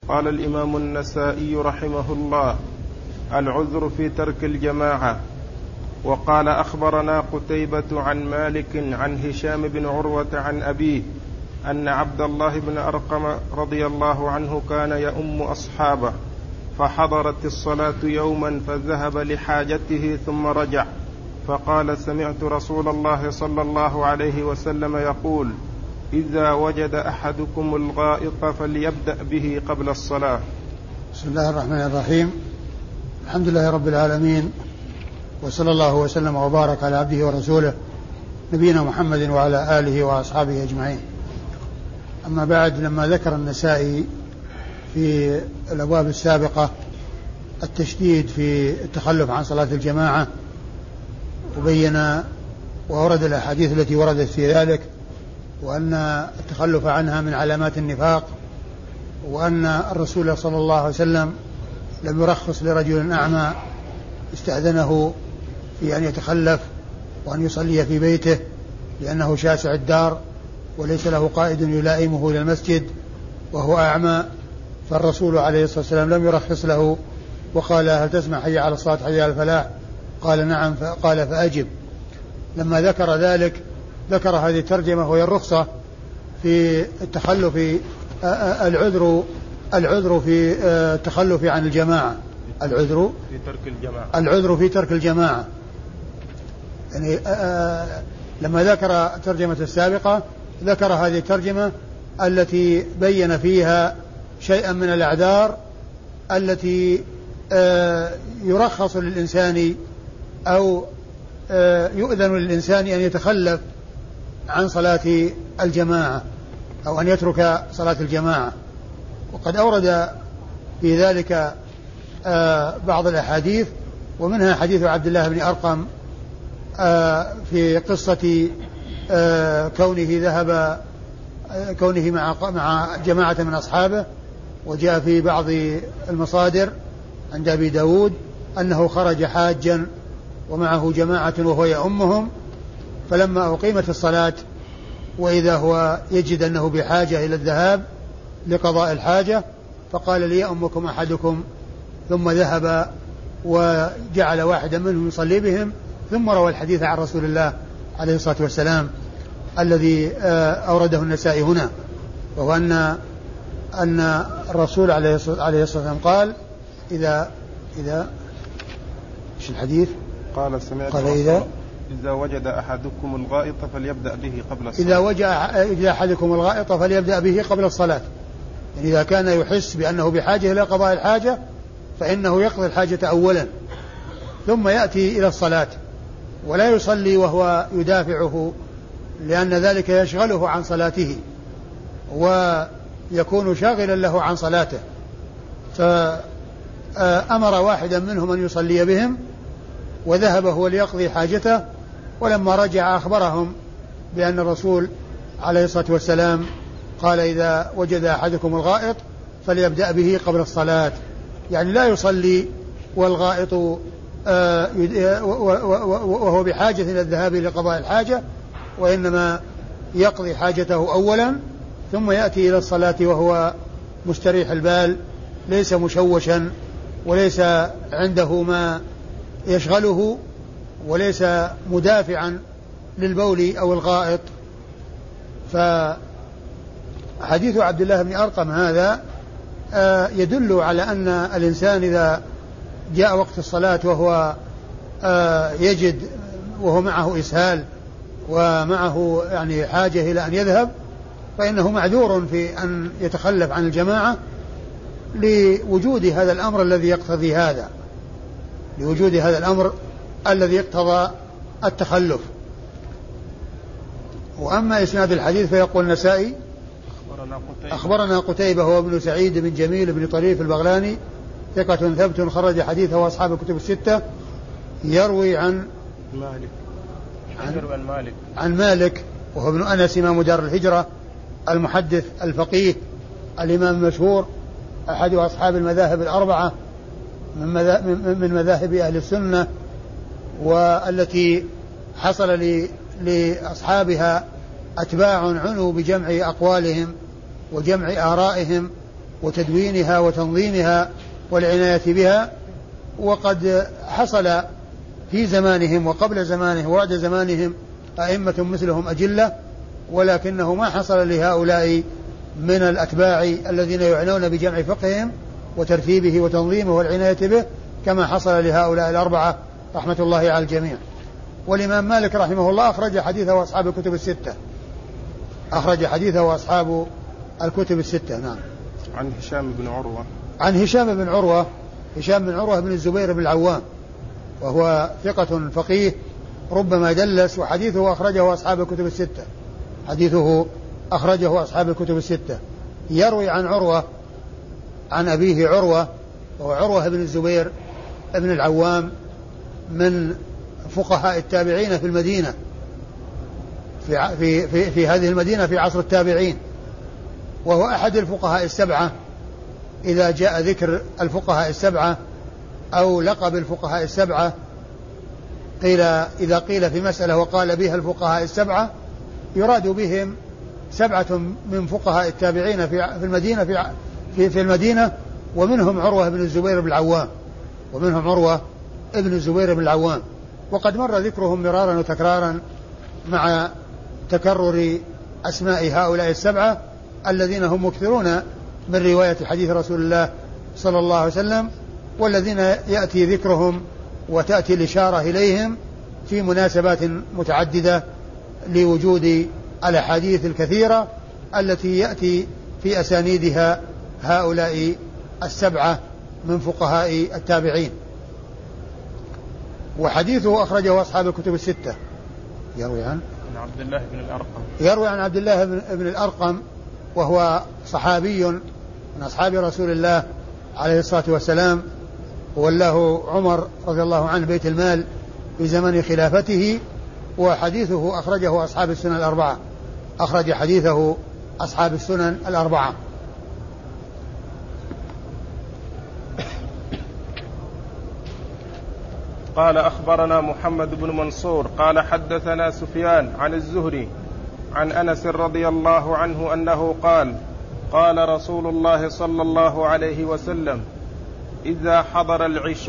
قال الإمام النسائي رحمه الله: العذر في ترك الجماعة. وقال: أخبرنا قتيبة عن مالك عن هشام بن عروة عن أبيه أن عبد الله بن أرقم رضي الله عنه كان يؤم أصحابه، فحضرت الصلاة يوما فذهب لحاجته ثم رجع، فقال: سمعت رسول الله صلى الله عليه وسلم يقول: إذا وجد أحدكم الغائط فليبدأ به قبل الصلاة. بسم الله الرحمن الرحيم. الحمد لله رب العالمين، وصلى الله وسلم وبارك على عبده ورسوله نبينا محمد وعلى آله وأصحابه أجمعين. أما بعد، لما ذكر النسائي في الأبواب السابقة التشديد في التخلف عن صلاة الجماعة، وبين وورد الأحاديث التي وردت في ذلك، وأن التخلف عنها من علامات النفاق، وأن الرسول صلى الله عليه وسلم لم يرخص لرجل أعمى استأذنه في أن يتخلف وأن يصلي في بيته لأنه شاسع الدار وليس له قائد يلائمه إلى المسجد وهو أعمى، فالرسول عليه الصلاة والسلام لم يرخص له وقال: هل تسمع حي على الصلاة حي على الفلاح؟ قال: نعم. قال: فأجب. لما ذكر ذلك ذكر هذه الترجمة، وهي الرخصة في التخلف، العذر في التخلف عن الجماعة، العذر في ترك الجماعة. يعني لما ذكر الترجمة السابقة ذكر هذه الترجمة التي بين فيها شيئا من الأعذار التي يرخص للإنسان أو يؤذن للإنسان أن يتخلف عن صلاة الجماعة أو أن يترك صلاة الجماعة. وقد أورد في ذلك بعض الأحاديث، ومنها حديث عبد الله بن أرقم في قصة كونه مع جماعة من أصحابه، وجاء في بعض المصادر عند أبي داود أنه خرج حاجا ومعه جماعة وهو يؤمهم، فلما أقيمت الصلاة وإذا هو يجد أنه بحاجة إلى الذهاب لقضاء الحاجة، فقال: ليؤمكم أحدكم، ثم ذهب وجعل واحدا منهم يصلي بهم، ثم روى الحديث عن رسول الله عليه الصلاة والسلام الذي أورده النسائي هنا، وهو أن الرسول عليه الصلاة والسلام قال: إذا إيش الحديث؟ قال: إذا وجد أحدكم الغائط فليبدأ به قبل الصلاة. إذا وجد أحدكم الغائط فليبدأ به قبل الصلاة، يعني إذا كان يحس بأنه بحاجة إلى قضاء الحاجة فإنه يقضي الحاجة أولا ثم يأتي إلى الصلاة، ولا يصلي وهو يدافعه، لأن ذلك يشغله عن صلاته ويكون شاغلا له عن صلاته. فأمر واحدا منهم أن يصلي بهم، وذهب هو ليقضي حاجته، ولما رجع أخبرهم بأن الرسول عليه الصلاة والسلام قال: إذا وجد أحدكم الغائط فليبدأ به قبل الصلاة، يعني لا يصلي والغائط وهو بحاجة إلى الذهاب لقضاء الحاجة، وإنما يقضي حاجته أولا ثم يأتي إلى الصلاة وهو مستريح البال، ليس مشوشا وليس عنده ما يشغله، وليس مدافعا للبول أو الغائط. فحديث عبد الله بن أرقم هذا يدل على أن الإنسان إذا جاء وقت الصلاة وهو يجد وهو معه إسهال ومعه يعني حاجة إلى أن يذهب، فإنه معذور في أن يتخلف عن الجماعة لوجود هذا الأمر الذي يقتضي هذا، لوجود هذا الأمر الذي يقتضى التخلف. وأما إسناد الحديث فيقول النسائي: أخبرنا قتيبة هو ابن سعيد بن جميل بن طريف البغلاني ثقة ثبت خرج حديثه أصحاب الكتب الستة، يروي عن مالك وهو ابن أنس إمام دار الهجرة المحدث الفقيه الإمام المشهور، أحد أصحاب المذاهب الأربعة من مذاهب أهل السنة، والتي حصل لأصحابها أتباع عنوا بجمع أقوالهم وجمع آرائهم وتدوينها وتنظيمها والعناية بها. وقد حصل في زمانهم وقبل زمانهم وبعد زمانهم أئمة مثلهم أجلة، ولكنه ما حصل لهؤلاء من الأتباع الذين يعنون بجمع فقههم وترتيبه وتنظيمه والعناية به كما حصل لهؤلاء الأربعة رحمة الله على الجميع. والإمام مالك رحمه الله أخرج حديثه وأصحاب الكتب الستة، أخرج حديثه وأصحاب الكتب الستة. نعم. عن هشام بن عروة، عن هشام بن عروة، هشام بن عروة بن الزبير بن العوام، وهو ثقة فقيه ربما دلس، وحديثه أخرجه أصحاب الكتب الستة، حديثه أخرجه أصحاب الكتب الستة. يروي عن عروة عن أبيه عروة، وهو عروة بن الزبير بن العوام من فقهاء التابعين في المدينة، في هذه المدينة في عصر التابعين، وهو أحد الفقهاء السبعة. إذا جاء ذكر الفقهاء السبعة أو لقب الفقهاء السبعة إذا قيل في مسألة وقال بها الفقهاء السبعة يراد بهم سبعة من فقهاء التابعين في المدينة ومنهم عروة بن الزبير بن العوام، ومنهم عروة ابن الزبير بن العوام. وقد مر ذكرهم مرارا وتكرارا مع تكرر أسماء هؤلاء السبعة الذين هم مكثرون من رواية حديث رسول الله صلى الله عليه وسلم، والذين يأتي ذكرهم وتأتي الإشارة إليهم في مناسبات متعددة لوجود الأحاديث الكثيرة التي يأتي في أسانيدها هؤلاء السبعة من فقهاء التابعين. وحديثه أخرجه أصحاب الكتب الستة. يروي عن عبد الله بن الأرقم، يروي عن عبد الله بن الأرقم، وهو صحابي من أصحاب رسول الله عليه الصلاة والسلام، وله عمر رضي الله عنه بيت المال في زمن خلافته. وحديثه أخرجه أصحاب السنن الأربعة، أخرج حديثه أصحاب السنن الأربعة. قال أخبرنا محمد بن منصور قال حدثنا سفيان عن الزهري عن أنس رضي الله عنه أنه قال قال رسول الله صلى الله عليه وسلم إذا حضر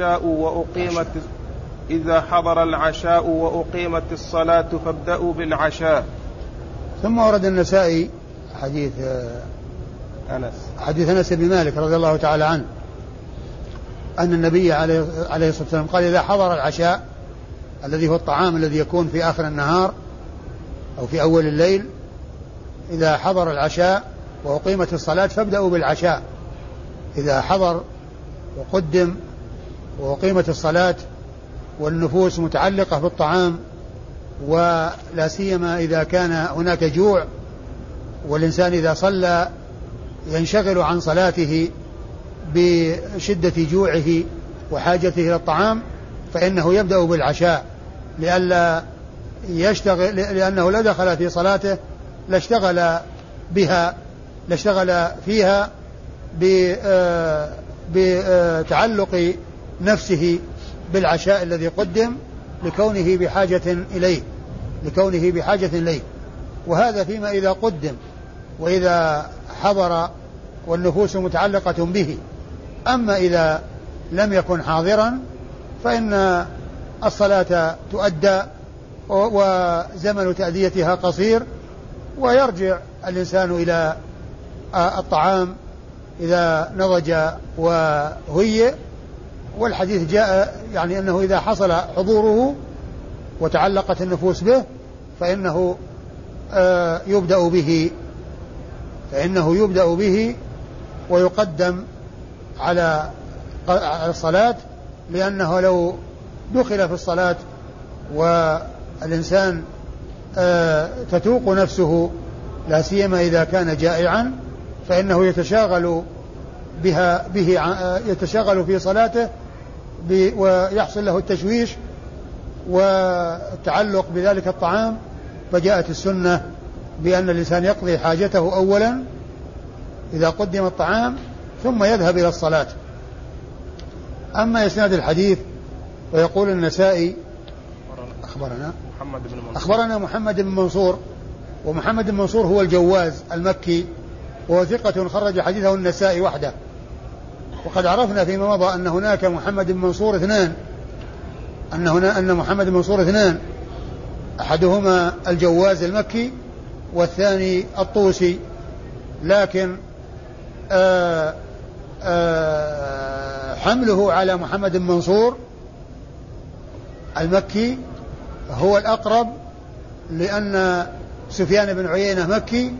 العشاء وأقيمت الصلاة فابدأوا بالعشاء. ثم ورد النسائي حديث أنس بن مالك رضي الله تعالى عنه أن النبي عليه الصلاة والسلام قال إذا حضر العشاء الذي هو الطعام الذي يكون في آخر النهار أو في أول الليل، إذا حضر العشاء وأقيمت الصلاة فابدأوا بالعشاء. إذا حضر وقدم وأقيمت الصلاة والنفوس متعلقة بالطعام، ولا سيما إذا كان هناك جوع، والإنسان إذا صلى ينشغل عن صلاته بشدة جوعه وحاجته إلى الطعام، فإنه يبدأ بالعشاء لأنه لو دخل في صلاته لاشتغل فيها بتعلق نفسه بالعشاء الذي قدم لكونه بحاجة إليه. وهذا فيما إذا قدم وإذا حضر والنفوس متعلقة به. أما إذا لم يكن حاضرا فإن الصلاة تؤدى وزمن تأديتها قصير، ويرجع الإنسان إلى الطعام إذا نضج وهيئ. والحديث جاء يعني أنه إذا حصل حضوره وتعلقت النفوس به فإنه يبدأ به ويقدم على الصلاة، لأنه لو دخل في الصلاة والإنسان تتوق نفسه لا سيما إذا كان جائعا فإنه يتشاغل في صلاته ويحصل له التشويش والتعلق بذلك الطعام. فجاءت السنة بأن الإنسان يقضي حاجته أولا إذا قدم الطعام ثم يذهب إلى الصلاة. أما إسناد الحديث ويقول النسائي أخبرنا محمد بن منصور، ومحمد بن منصور هو الجواز المكي وهو ثقة خرج حديثه النسائي وحده. وقد عرفنا فيما مضى أن هناك محمد بن منصور اثنان، أن محمد بن منصور اثنان، أحدهما الجواز المكي والثاني الطوسي، لكن حمله على محمد بن منصور المكي هو الأقرب، لأن سفيان بن عيينة مكي،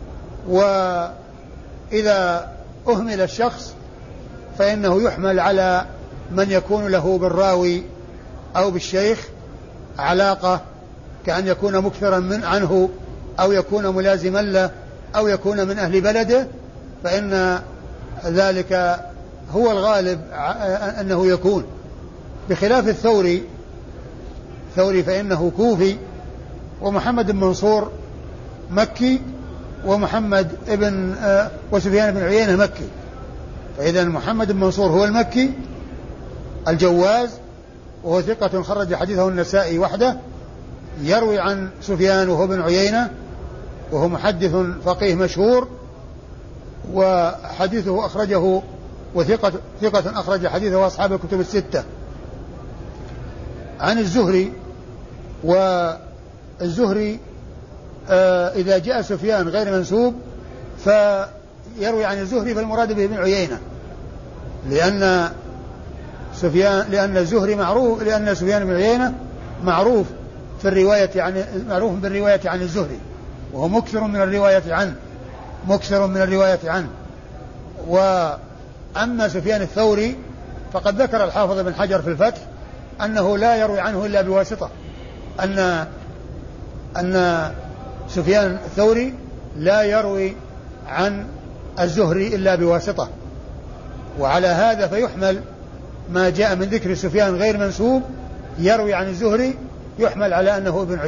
وإذا أهمل الشخص فإنه يحمل على من يكون له بالراوي أو بالشيخ علاقة، كأن يكون مكثرا عنه أو يكون ملازما له أو يكون من أهل بلده، فإن ذلك هو الغالب أنه يكون، بخلاف الثوري فإنه كوفي، ومحمد بن منصور مكي، وسفيان بن عيينة مكي. فإذا محمد بن منصور هو المكي الجواز، وهو ثقة خرج حديثه النسائي وحده، يروي عن سفيان وهو بن عيينة، وهو محدث فقيه مشهور، وحديثه أخرجه ثقة أخرج حديثه أصحاب الكتب الستة. عن الزهري، والزهري إذا جاء سفيان غير منسوب فيروي عن الزهري، فالمراد به ابن عيينة، لأن الزهري معروف، لأن سفيان بن عيينة معروف بالرواية عن الزهري، وهو مكثر من الرواية عنه. وأما سفيان الثوري فقد ذكر الحافظ بن حجر في الفتح أنه لا يروي عنه إلا بواسطة، أن سفيان الثوري لا يروي عن الزهري إلا بواسطة. وعلى هذا فيحمل ما جاء من ذكر سفيان غير منسوب يروي عن الزهري، يحمل على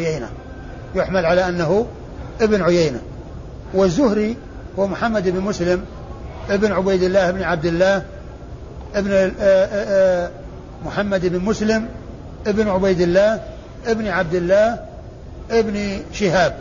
أنه ابن عيينة. والزهري هو محمد بن مسلم ابن عبيد الله بن عبد الله ابن محمد بن مسلم ابن عبيد الله ابن عبد الله ابن شهاب،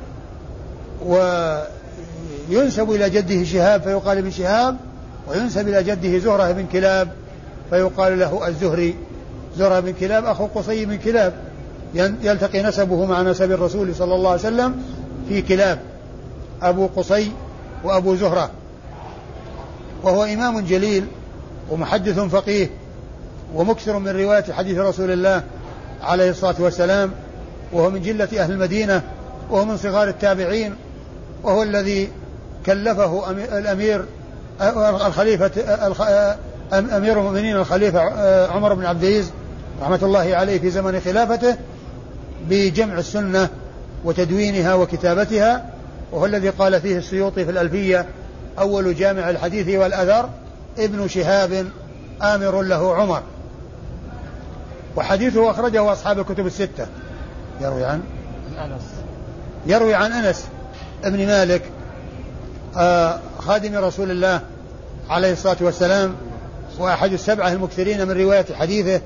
وينسب إلى جده شهاب فيقال ابن شهاب، وينسب إلى جده زهرة بن كلاب فيقال له الزهري. زهرة بن كلاب أخو قصي بن كلاب، يلتقي نسبه مع نسب الرسول صلى الله عليه وسلم في كلاب، أبو قصي وأبو زهرة، وهو إمام جليل ومحدث فقيه ومكثر من رواية حديث رسول الله عليه الصلاة والسلام، وهو من جلة أهل المدينة، وهو من صغار التابعين، وهو الذي كلفه الأمير الخليفة أمير المؤمنين الخليفة عمر بن عبد العزيز رحمة الله عليه في زمن خلافته بجمع السنة وتدوينها وكتابتها، وهو الذي قال فيه السيوطي في الألفية: أول جامع الحديث والأثر ابن شهاب آمر له عمر. وحديثه أخرجه أصحاب الكتب الستة. يروي عن أنس ابن مالك خادم رسول الله عليه الصلاة والسلام، وأحد السبعة المكثرين من رواية حديثه،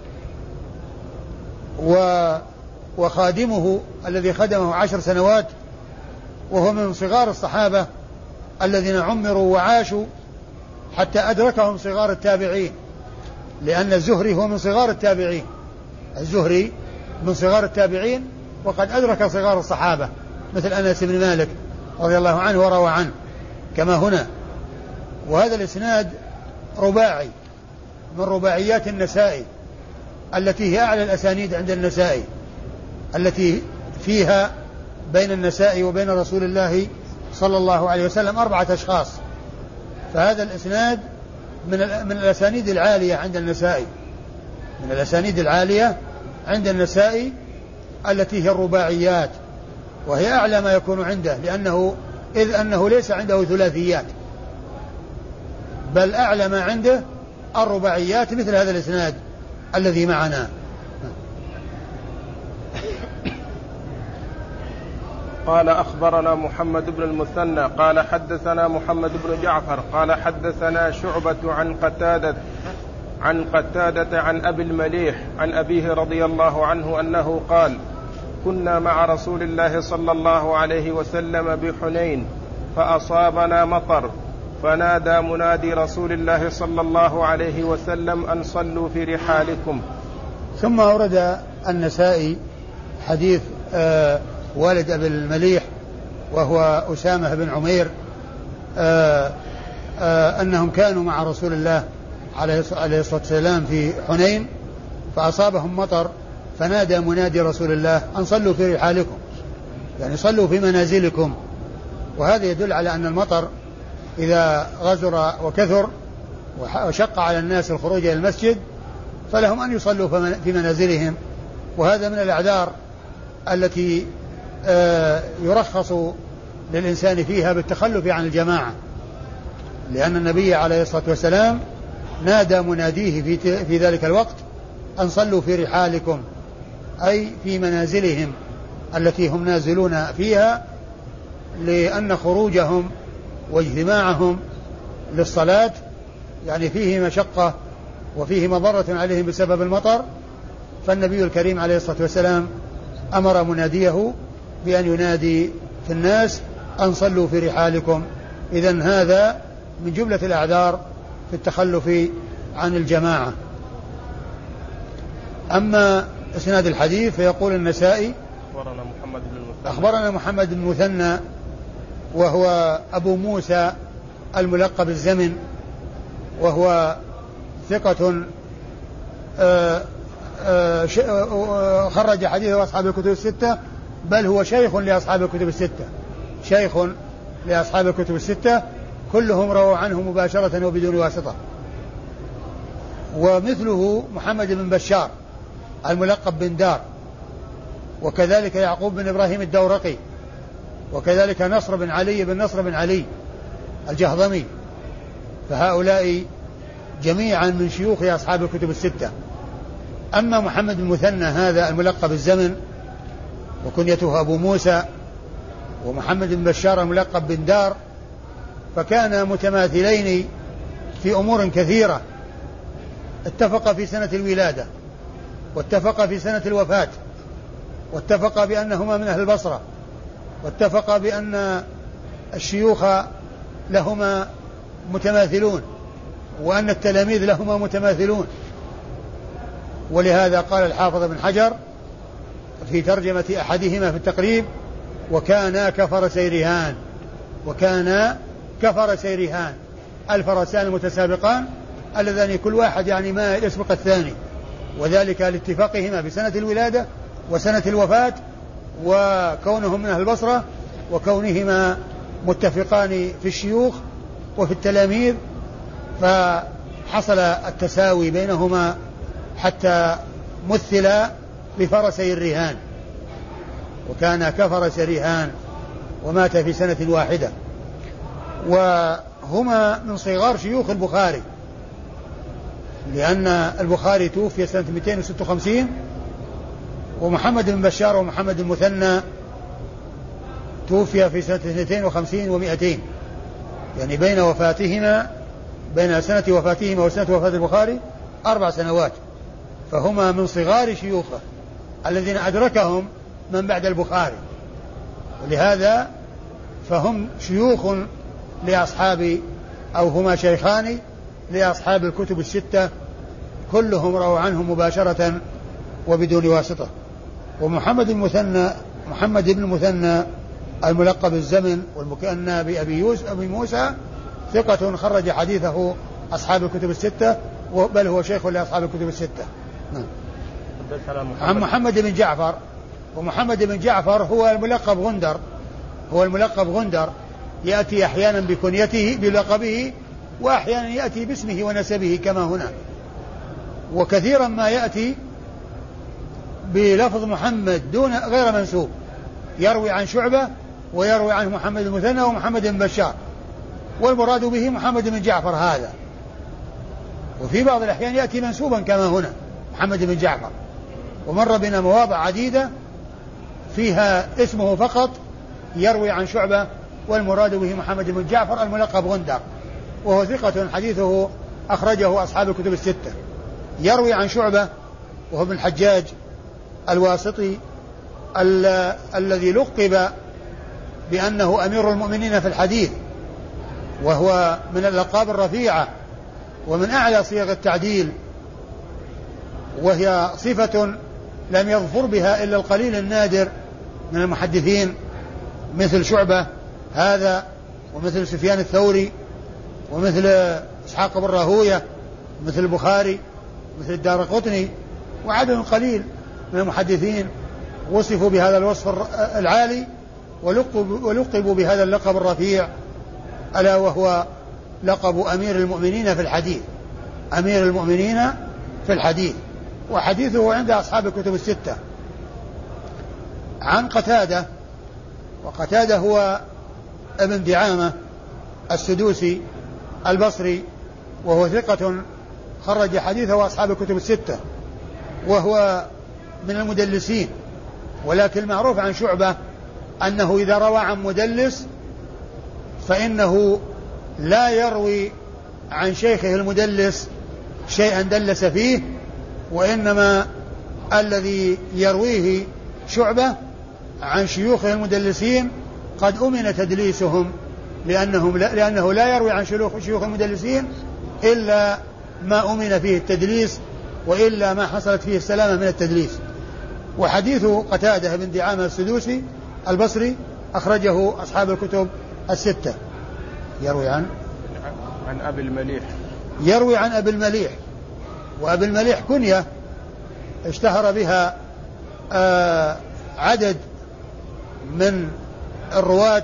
وخادمه الذي خدمه 10 سنوات، وهو من صغار الصحابة الذين عمروا وعاشوا حتى أدركهم صغار التابعين، لأن الزهري هو من صغار التابعين، الزهري من صغار التابعين، وقد أدرك صغار الصحابة مثل أنس بن مالك رضي الله عنه وروى عنه كما هنا. وهذا الإسناد رباعي من رباعيات النسائي التي هي أعلى الأسانيد عند النسائي، التي فيها بين النسائي وبين رسول الله صلى الله عليه وسلم 4 أشخاص. فهذا الإسناد من الأسانيد العالية عند النسائي، من الأسانيد العالية عند النسائي التي هي الرباعيات، وهي أعلى ما يكون عنده، إذ أنه ليس عنده ثلاثيات، بل أعلى ما عنده الرباعيات مثل هذا الإسناد الذي معنا. قال أخبرنا محمد بن المثنى قال حدثنا محمد بن جعفر قال حدثنا شعبة عن قتادة عن أبي المليح عن أبيه رضي الله عنه أنه قال: كنا مع رسول الله صلى الله عليه وسلم بحنين فأصابنا مطر، فنادى منادي رسول الله صلى الله عليه وسلم أن صلوا في رحالكم. ثم أورد النسائي حديث والد أبي المليح وهو أسامة بن عمير أنهم كانوا مع رسول الله عليه الصلاة والسلام في حنين، فأصابهم مطر، فنادى منادي رسول الله أن صلوا في رحالكم، يعني صلوا في منازلكم. وهذا يدل على أن المطر إذا غزر وكثر وشق على الناس الخروج إلى المسجد فلهم أن يصلوا في منازلهم، وهذا من الأعذار التي يرخص للإنسان فيها بالتخلف عن الجماعة، لأن النبي عليه الصلاة والسلام نادى مناديه في ذلك الوقت أن صلوا في رحالكم، أي في منازلهم التي هم نازلون فيها، لأن خروجهم واجتماعهم للصلاة يعني فيه مشقة وفيه مضرة عليهم بسبب المطر، فالنبي الكريم عليه الصلاة والسلام أمر مناديه بأن ينادي في الناس أن صلوا في رحالكم. إذن هذا من جملة الأعذار في التخلف عن الجماعة. أما إسناد الحديث فيقول النسائي أخبرنا محمد بن المثنى وهو أبو موسى الملقب الزمن، وهو ثقة خرج حديثه أصحاب الكتب الستة، بل هو شيخ لأصحاب الكتب الستة، شيخ لأصحاب الكتب الستة، كلهم رووا عنه مباشرة وبدون واسطة. ومثله محمد بن بشار الملقب بن دار، وكذلك يعقوب بن إبراهيم الدورقي، وكذلك نصر بن علي بن نصر بن علي الجهضمي، فهؤلاء جميعا من شيوخ أصحاب الكتب الستة. أما محمد بن المثنى هذا الملقب الزمن وكنيته أبو موسى، ومحمد بن بشار الملقب بن دار، فكانا متماثلين في أمور كثيرة، اتفق في سنة الولادة، واتفق في سنة الوفاة، واتفق بأنهما من أهل البصرة، واتفق بأن الشيوخ لهما متماثلون، وأن التلاميذ لهما متماثلون. ولهذا قال الحافظ بن حجر في ترجمة أحدهما في التقريب: وكانا كفرسي رهان، وكانا كفرسي رهان، الفرسان المتسابقان اللذان كل واحد يعني ما يسبق الثاني، وذلك لاتفاقهما بسنة الولادة وسنة الوفاة، وكونهم من أهل البصرة، وكونهما متفقان في الشيوخ وفي التلاميذ، فحصل التساوي بينهما حتى مثل بفرسي الرهان، وكان كفرس رهان، ومات في سنة واحدة. وهما من صغار شيوخ البخاري، لأن البخاري توفي سنة 256، ومحمد بن بشار ومحمد المثنى توفي في سنة 52 و200، يعني بين سنة وفاتهما وسنة وفاة البخاري 4 سنوات، فهما من صغار شيوخه الذين أدركهم من بعد البخاري، ولهذا فهم شيوخ لأصحاب، أو هما شيخان لأصحاب الكتب الستة، كلهم رووا عنه مباشرة وبدون واسطة. ومحمد بن المثنى الملقب الزمن والمكنى بأبي موسى ثقة خرج حديثه أصحاب الكتب الستة، بل هو شيخ لأصحاب الكتب الستة. عن محمد بن جعفر، ومحمد بن جعفر هو الملقب غندر، يأتي أحيانا بكنيته بلقبه، وأحيانا يأتي باسمه ونسبه كما هنا، وكثيرا ما يأتي بلفظ محمد غير منسوب، يروي عن شعبة ويروي عنه محمد المثنى ومحمد بن بشار، والمراد به محمد بن جعفر هذا. وفي بعض الأحيان يأتي منسوبا كما هنا محمد بن جعفر، ومر بنا مواضع عديدة فيها اسمه فقط يروي عن شعبة، والمراد به محمد بن جعفر الملقب غندر، وهو ثقة حديثه أخرجه أصحاب الكتب الستة. يروي عن شعبة وهو ابن الحجاج الواسطي الذي لقب بأنه أمير المؤمنين في الحديث، وهو من الألقاب الرفيعة ومن أعلى صيغ التعديل، وهي صفة لم يظفر بها إلا القليل النادر من المحدثين، مثل شعبة هذا، ومثل سفيان الثوري، ومثل إسحاق بن راهوية، مثل البخاري، مثل الدارقطني، وعدد قليل من المحدثين وصفوا بهذا الوصف العالي ولقبوا بهذا اللقب الرفيع، ألا وهو لقب أمير المؤمنين في الحديث. أمير المؤمنين في الحديث، وحديثه عند أصحاب الكتب الستة. عن قتادة، وقتادة هو ابن دعامة السدوسي البصري، وهو ثقة خرج حديثه أصحاب الكتب الستة، وهو من المدلسين، ولكن المعروف عن شعبة أنه إذا روى عن مدلس فإنه لا يروي عن شيخه المدلس شيئا دلس فيه، وإنما الذي يرويه شعبة عن شيوخه المدلسين قد أمن تدليسهم، لأنه لا يروي عن شيوخ المدلسين إلا ما أمن فيه التدليس، وإلا ما حصلت فيه السلامة من التدليس. وحديث قتادة بن دعامة السدوسي البصري أخرجه أصحاب الكتب الستة. يروي عن أبي المليح، يروي عن أبي المليح، وأبي المليح كنية اشتهر بها عدد من الرواة،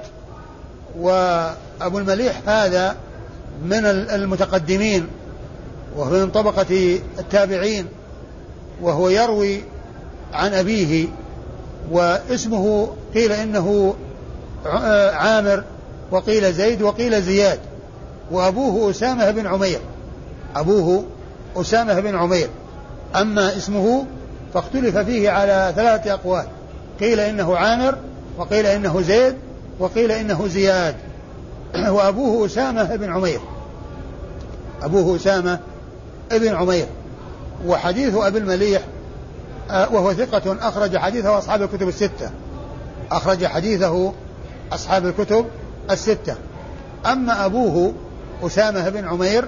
وأبو المليح هذا من المتقدمين، وهو من طبقة التابعين، وهو يروي عن أبيه، واسمه قيل إنه عامر، وقيل زيد، وقيل زياد، وأبوه أسامة بن عمير، أبوه أسامة بن عمير. أما اسمه فاختلف فيه على 3 أقوال، قيل إنه عامر، وقيل إنه زيد، وقيل إنه زياد، وأبوه أسامة بن عمير، أبوه أسامة بن عمير. وحديث أبي المليح وهو ثقة أخرج حديثه أصحاب الكتب الستة، أخرج حديثه أصحاب الكتب الستة. أما أبوه أسامة بن عمير،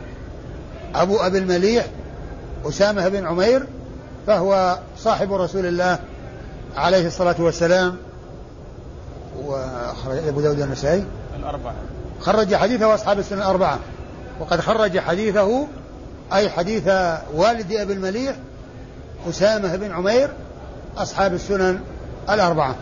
أبو أبي المليح أسامة بن عمير، فهو صاحب رسول الله عليه الصلاة والسلام، وأخرج أبو داود النسائي الأربعة، خرج حديثه أصحاب السنن الأربعة، وقد خرج حديثه أي حديث والد أبي المليح أسامة بن عمير أصحاب السنن الأربعة.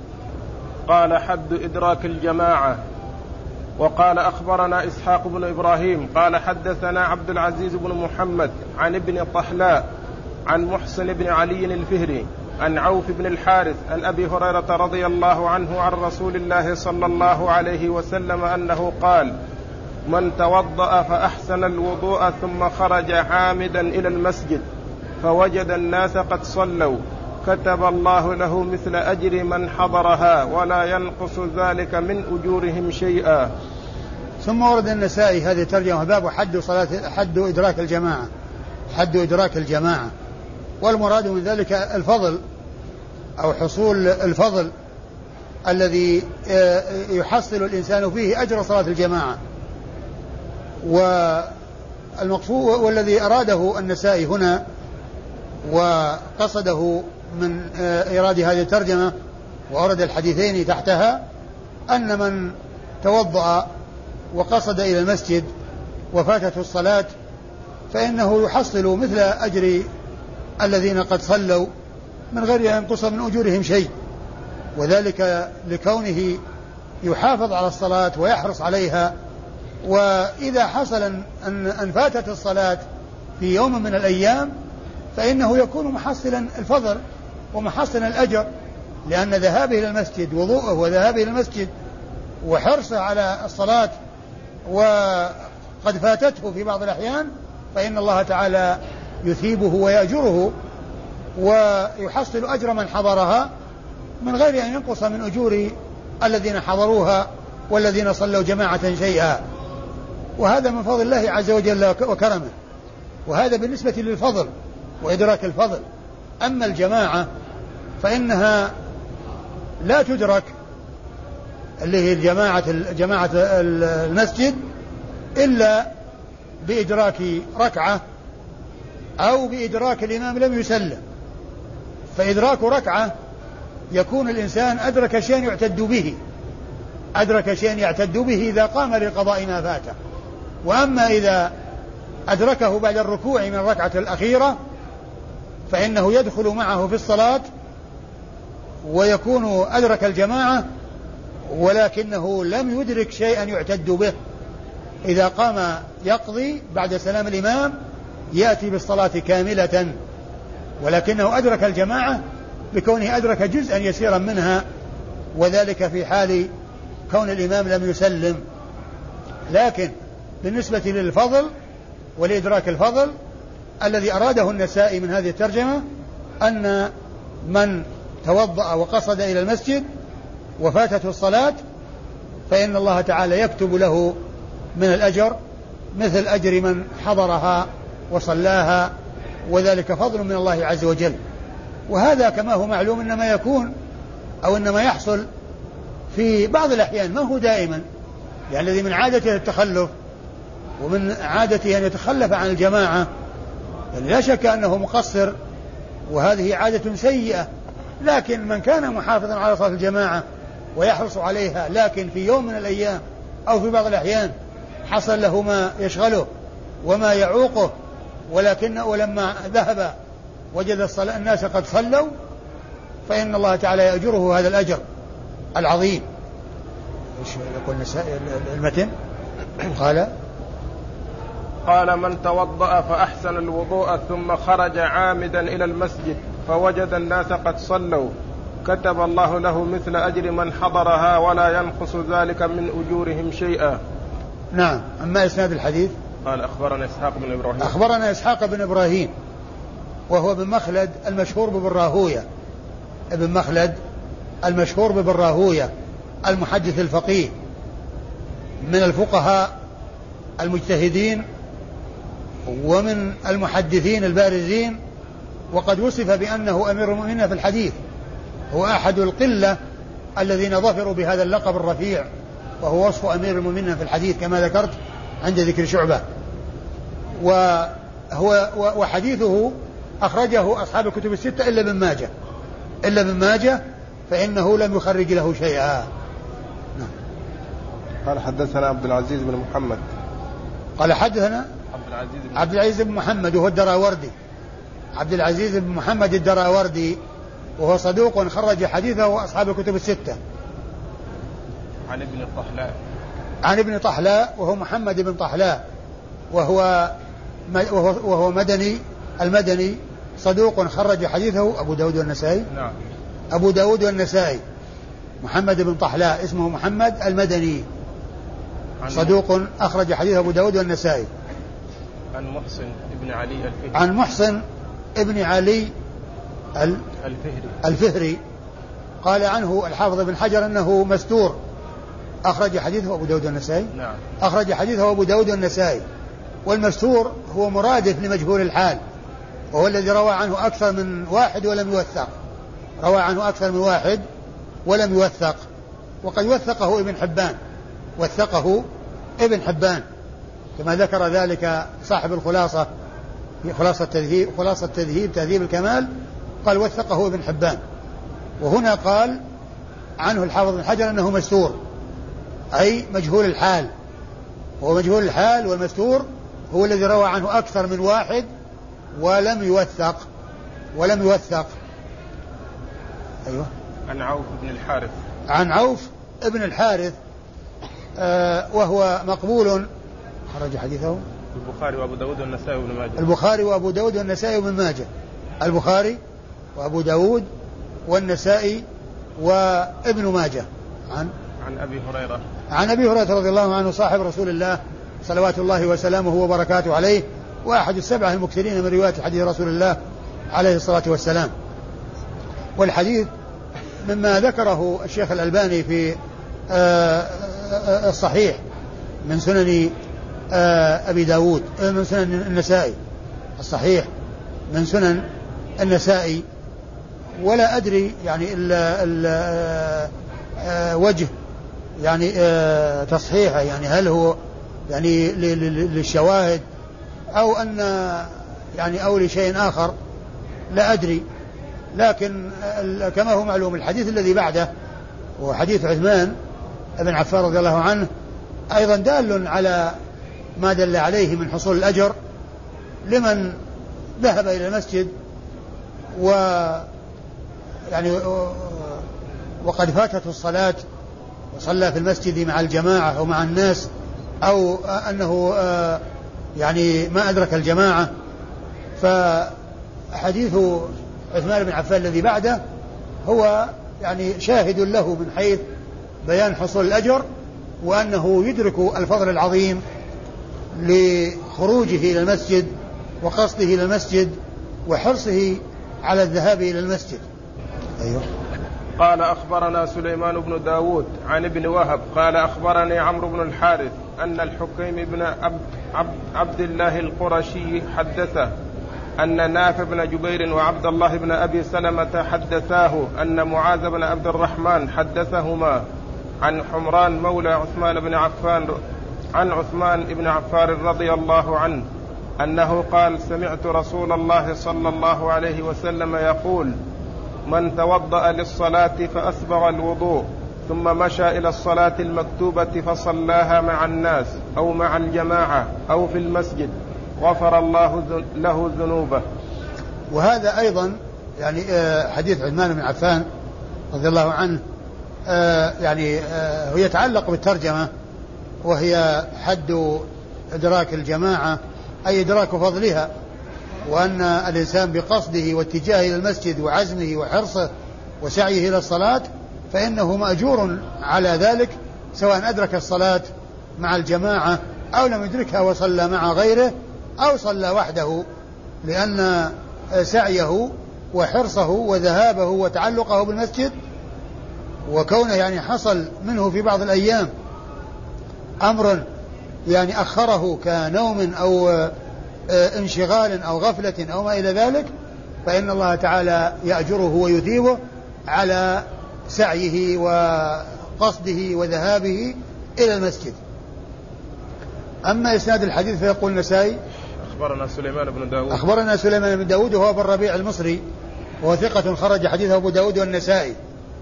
قال حد إدراك الجماعة. وقال أخبرنا إسحاق بن إبراهيم قال حدثنا عبد العزيز بن محمد عن ابن طحلاء عن محسن بن علي الفهري عن عوف بن الحارث عن أبي هريرة رضي الله عنه عن رسول الله صلى الله عليه وسلم أنه قال: من توضأ فأحسن الوضوء ثم خرج عامدا إلى المسجد فوجد الناس قد صلوا كتب الله له مثل أجر من حضرها ولا ينقص ذلك من أجورهم شيئا. ثم ورد النسائي هذه الترجمة باب حد إدراك الجماعة، حد إدراك الجماعة، والمراد من ذلك الفضل أو حصول الفضل الذي يحصل الإنسان فيه أجر صلاة الجماعة. والمقصود والذي أراده النسائي هنا وقصده من إيراد هذه الترجمة وأورد الحديثين تحتها أن من توضأ وقصد إلى المسجد وفاتته الصلاة فإنه يحصل مثل أجر الذين قد صلوا من غير أن ينقص من أجورهم شيء، وذلك لكونه يحافظ على الصلاة ويحرص عليها. وإذا حصل أن فاتت الصلاة في يوم من الأيام فإنه يكون محصلا الفضل ومحصلا الأجر، لأن ذهابه إلى المسجد، وضوءه وذهابه إلى المسجد وحرصه على الصلاة وقد فاتته في بعض الأحيان فإن الله تعالى يثيبه ويأجره ويحصل أجر من حضرها من غير أن ينقص من أجور الذين حضروها والذين صلوا جماعة شيئا. وهذا من فضل الله عز وجل وكرمه، وهذا بالنسبة للفضل وإدراك الفضل. أما الجماعة فإنها لا تدرك اللي هي جماعة المسجد إلا بإدراك ركعة أو بإدراك الإمام لم يسلم. فإدراك ركعة يكون الإنسان أدرك شيئا يعتد به إذا قام لقضاء ما فاته. وأما إذا أدركه بعد الركوع من الركعة الأخيرة فإنه يدخل معه في الصلاة ويكون أدرك الجماعة ولكنه لم يدرك شيئا يعتد به. إذا قام يقضي بعد سلام الإمام يأتي بالصلاة كاملة، ولكنه أدرك الجماعة بكونه أدرك جزءا يسيرا منها، وذلك في حال كون الإمام لم يسلم. لكن بالنسبة للفضل ولإدراك الفضل الذي أراده النسائي من هذه الترجمة أن من توضأ وقصد إلى المسجد وفاتته الصلاة فإن الله تعالى يكتب له من الأجر مثل أجر من حضرها وصلاها، وذلك فضل من الله عز وجل. وهذا كما هو معلوم إنما يكون أو إنما يحصل في بعض الأحيان، ما هو دائما، يعني الذي من عادته التخلف ومن عادته أن يتخلف عن الجماعة يعني لا شك أنه مقصر وهذه عادة سيئة. لكن من كان محافظا على صلاة الجماعة ويحرص عليها لكن في يوم من الأيام أو في بعض الأحيان حصل له ما يشغله وما يعوقه ولما ذهب وجد الناس قد صلوا فإن الله تعالى يأجره هذا الأجر العظيم. ايش يقول المتن؟ قال من توضأ فأحسن الوضوء ثم خرج عامدا إلى المسجد فوجد الناس قد صلوا كتب الله له مثل أجر من حضرها ولا ينقص ذلك من أجورهم شيئا. نعم. أما إسناد الحديث قال أخبرنا إسحاق بن إبراهيم وهو بن مخلد المشهور ببراهوية المحدث الفقيه من الفقهاء المجتهدين ومن المحدثين البارزين، وقد وصف بأنه أمير المؤمنين في الحديث، هو أحد القلة الذين ظفروا بهذا اللقب الرفيع، وهو وصف أمير المؤمنين في الحديث كما ذكرت عند ذكر شعبة. وحديثه أخرجه أصحاب الكتب الستة إلا ابن ماجه فإنه لم يخرج له شيئا. قال حدثنا عبد العزيز بن محمد قال حدثنا عبد العزيز بن محمد وهو الدراوردي، عبد العزيز بن محمد الدراوردي وهو صدوق خرج حديثه أصحاب الكتب الستة. عن ابن طحلاء وهو محمد بن طحلاء وهو المدني صدوق خرج حديثه أبو داود والنسائي. نعم. أبو داود والنسائي. محمد بن طحلاء اسمه محمد المدني صدوق أخرج حديث أبو داود والنسائي. عن محسن ابن علي الفهري قال عنه الحافظ بن حجر أنه مستور، أخرج حديثه أبو داود والنسائي. نعم. أخرج حديثه أبو داود والنسائي. والمستور هو مرادف لمجهول الحال، وهو الذي روى عنه أكثر من واحد ولم يوثق، وقد وثقه ابن حبان كما ذكر ذلك صاحب الخلاصة في خلاصة تهذيب الكمال، قال وثقه ابن حبان. وهنا قال عنه الحافظ بن حجر أنه مستور أي مجهول الحال، وهو مجهول الحال والمستور هو الذي روى عنه أكثر من واحد ولم يوثق. أيوة. عن عوف بن الحارث وهو مقبول، خرج حديثه البخاري وأبو داود والنسائي وابن ماجه. البخاري وأبو داود والنسائي وابن ماجه. البخاري وأبو داود والنسائي وابن ماجه. عن أبي هريرة رضي الله عنه صاحب رسول الله صلوات الله وسلامه وبركاته عليه، وأحد السبعة المكثرين من رواية حديث رسول الله عليه الصلاة والسلام. والحديث مما ذكره الشيخ الألباني في الصحيح من سنن أبي داود، من سنن النسائي، الصحيح من سنن النسائي، ولا أدري يعني وجه يعني تصحيحه، يعني هل هو يعني للشواهد أو أن يعني أو لشيء آخر لا أدري. لكن كما هو معلوم الحديث الذي بعده وحديث عثمان بن عفان رضي الله عنه أيضا دال على ما دل عليه من حصول الأجر لمن ذهب إلى المسجد يعني وقد فاتته الصلاة وصلى في المسجد مع الجماعة أو مع الناس، أو أنه يعني ما أدرك الجماعة. فحديث عثمان بن عفان الذي بعده هو يعني شاهد له من حيث بيان حصول الأجر، وأنه يدرك الفضل العظيم لخروجه إلى المسجد وقصده إلى المسجد وحرصه على الذهاب إلى المسجد. أيوه. قال أخبرنا سليمان بن داود عن ابن وهب قال أخبرني عمرو بن الحارث أن الحكيم بن عبد الله القرشي حدثه أن نافع بن جبير وعبد الله بن أبي سلمة حدثاه أن معاذ بن عبد الرحمن حدثهما عن حمران مولى عثمان بن عفان عن عثمان بن عفان رضي الله عنه أنه قال سمعت رسول الله صلى الله عليه وسلم يقول من توضأ للصلاة فأسبغ الوضوء ثم مشى إلى الصلاة المكتوبة فصلاها مع الناس أو مع الجماعة أو في المسجد غفر الله له ذنوبه. وهذا أيضا يعني حديث عثمان بن عفان رضي الله عنه يعني هو يتعلق بالترجمة، وهي حد إدراك الجماعة أي إدراك فضلها، وأن الإنسان بقصده واتجاهه إلى المسجد وعزمه وحرصه وسعيه إلى الصلاة فإنه مأجور على ذلك، سواء أدرك الصلاة مع الجماعة أو لم يدركها وصلى مع غيره أو صلى وحده، لأن سعيه وحرصه وذهابه وتعلقه بالمسجد وكونه يعني حصل منه في بعض الأيام أمر يعني أخره كنوم أو انشغال أو غفلة أو ما إلى ذلك، فإن الله تعالى يأجره ويثيبه على سعيه وقصده وذهابه إلى المسجد. أما إسناد الحديث فيقول النسائي أخبرنا سليمان بن داود أخبرنا سليمان بن داود وهو ابن الربيع المصري وهو ثقة خرج حديثه أبو داود والنسائي.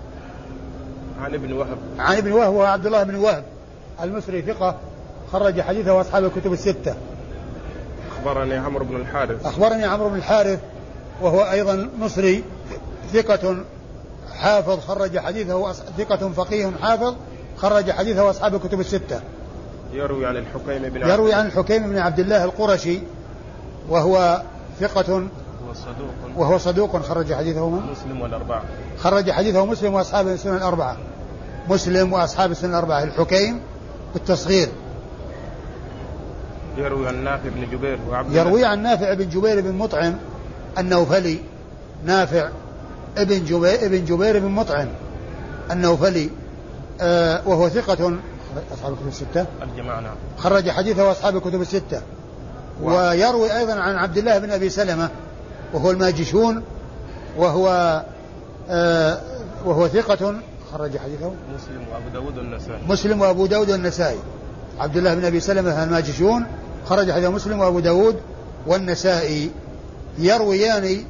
عن ابن وهب وهو عبد الله بن وهب المصري ثقة خرج حديثه أصحاب الكتب الستة. أخبرني عمرو بن الحارث وهو أيضا مصري ثقة حافظ خرج حديثه ثقة فقيه حافظ خرج حديثه أصحاب الكتب الستة. يروي عن الحكيم بن عبد الله القرشي وهو ثقة وهو صدوق خرج حديثه مسلم والأربعة. خرج حديثه مسلم وأصحاب السنن الأربعة. مسلم وأصحاب السنن الأربعة. الحكيم بالتصغير. يروي عن نافع بن جبير بن مطعم النوفلي. نافع ابن جبير بن مطعم النوفلي وهو ثقة أصحاب الكتب الستة. الجماعة نعم. خرج حديثه أصحاب الكتب الستة. ويروي أيضا عن عبد الله بن أبي سلمة وهو الماجشون وهو ثقة خرج حديثه مسلم وأبو داود والنسائي. عبد الله بن أبي سلمة الماجشون خرج حديثه مسلم وأبو داود والنسائي. يرويان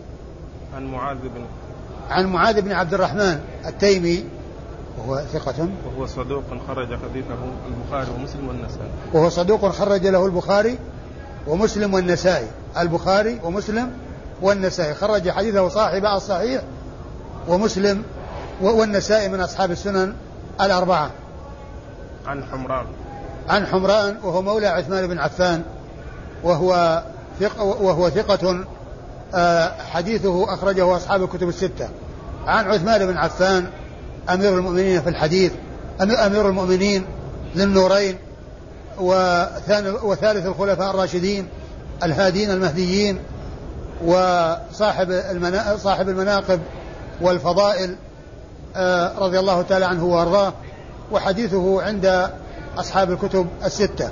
عن معاذ بن عبد الرحمن التيمي وهو ثقة وهو صدوق خرج حديثه البخاري ومسلم والنسائي. وهو صدوق خرج له البخاري ومسلم والنسائي. البخاري ومسلم والنسائي خرج حديثه صاحب الصحيح ومسلم والنسائي من أصحاب السنن الأربعة. عن حمران وهو مولى عثمان بن عفان وهو ثقة حديثه أخرجه أصحاب الكتب الستة. عن عثمان بن عفان أمير المؤمنين في الحديث أمير المؤمنين للنورين وثالث الخلفاء الراشدين الهادين المهديين وصاحب المناقب والفضائل رضي الله تعالى عنه وارضاه، وحديثه عند أصحاب الكتب الستة.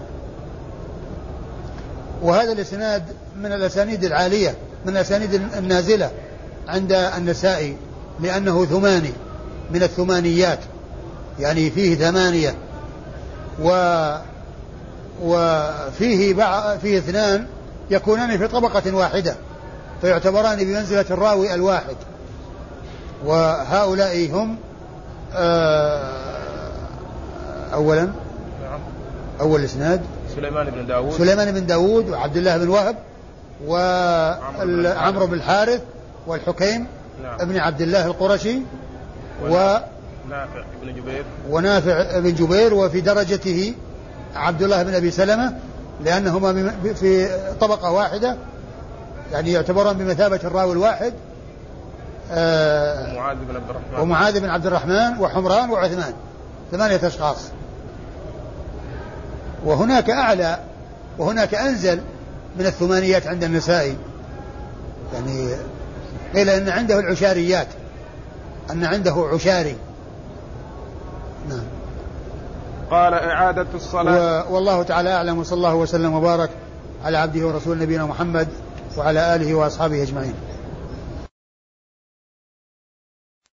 وهذا الإسناد من الأسانيد العالية من الأسانيد النازلة عند النسائي لأنه ثماني من الثمانيات، يعني فيه 8 وفيه فيه 2 يكونان في طبقة واحدة فيعتبران بمنزلة الراوي الواحد، وهؤلاء هم أولا أول إسناد سليمان بن داود وعبد الله بن وهب وعمرو بن الحارث والحكيم ابن عبد الله القرشي ونافع بن جبير، وفي درجته عبد الله بن أبي سلمة لأنهما في طبقة واحدة يعني يعتبران بمثابة الراوي الواحد، ومعاذ بن عبد الرحمن وحمران وعثمان، 8 أشخاص. وهناك أعلى وهناك أنزل من الثمانيات عند النسائي، يعني قيل أن عنده العشاريات، أن عنده عشاري. نعم. قال إعادة الصلاة. والله تعالى أعلم، وصلى الله وسلم وبارك على عبده ورسول نبينا محمد وعلى آله وأصحابه أجمعين.